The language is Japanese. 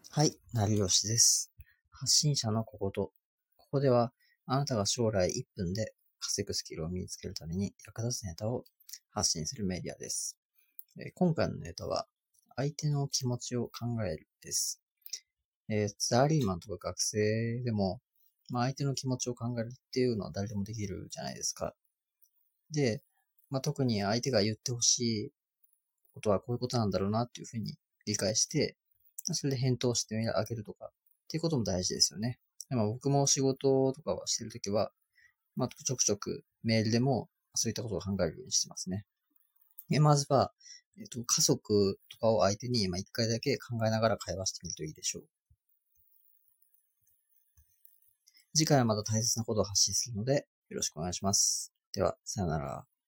はい、成吉です。発信者のここでは、あなたが将来1分で稼ぐスキルを身につけるために役立つネタを発信するメディアです。今回のネタは、相手の気持ちを考えるです。サラリーマンとか学生でも、相手の気持ちを考えるっていうのは誰でもできるじゃないですか。で、特に相手が言ってほしいことはこういうことなんだろうなっていうふうに理解して、それで返答してあげるとかっていうことも大事ですよね。僕も仕事とかをしてるときは、ちょくちょくメールでもそういったことを考えるようにしてますね。まずは、家族とかを相手に一回だけ考えながら会話してみるといいでしょう。次回はまた大切なことを発信するので、よろしくお願いします。では、さよなら。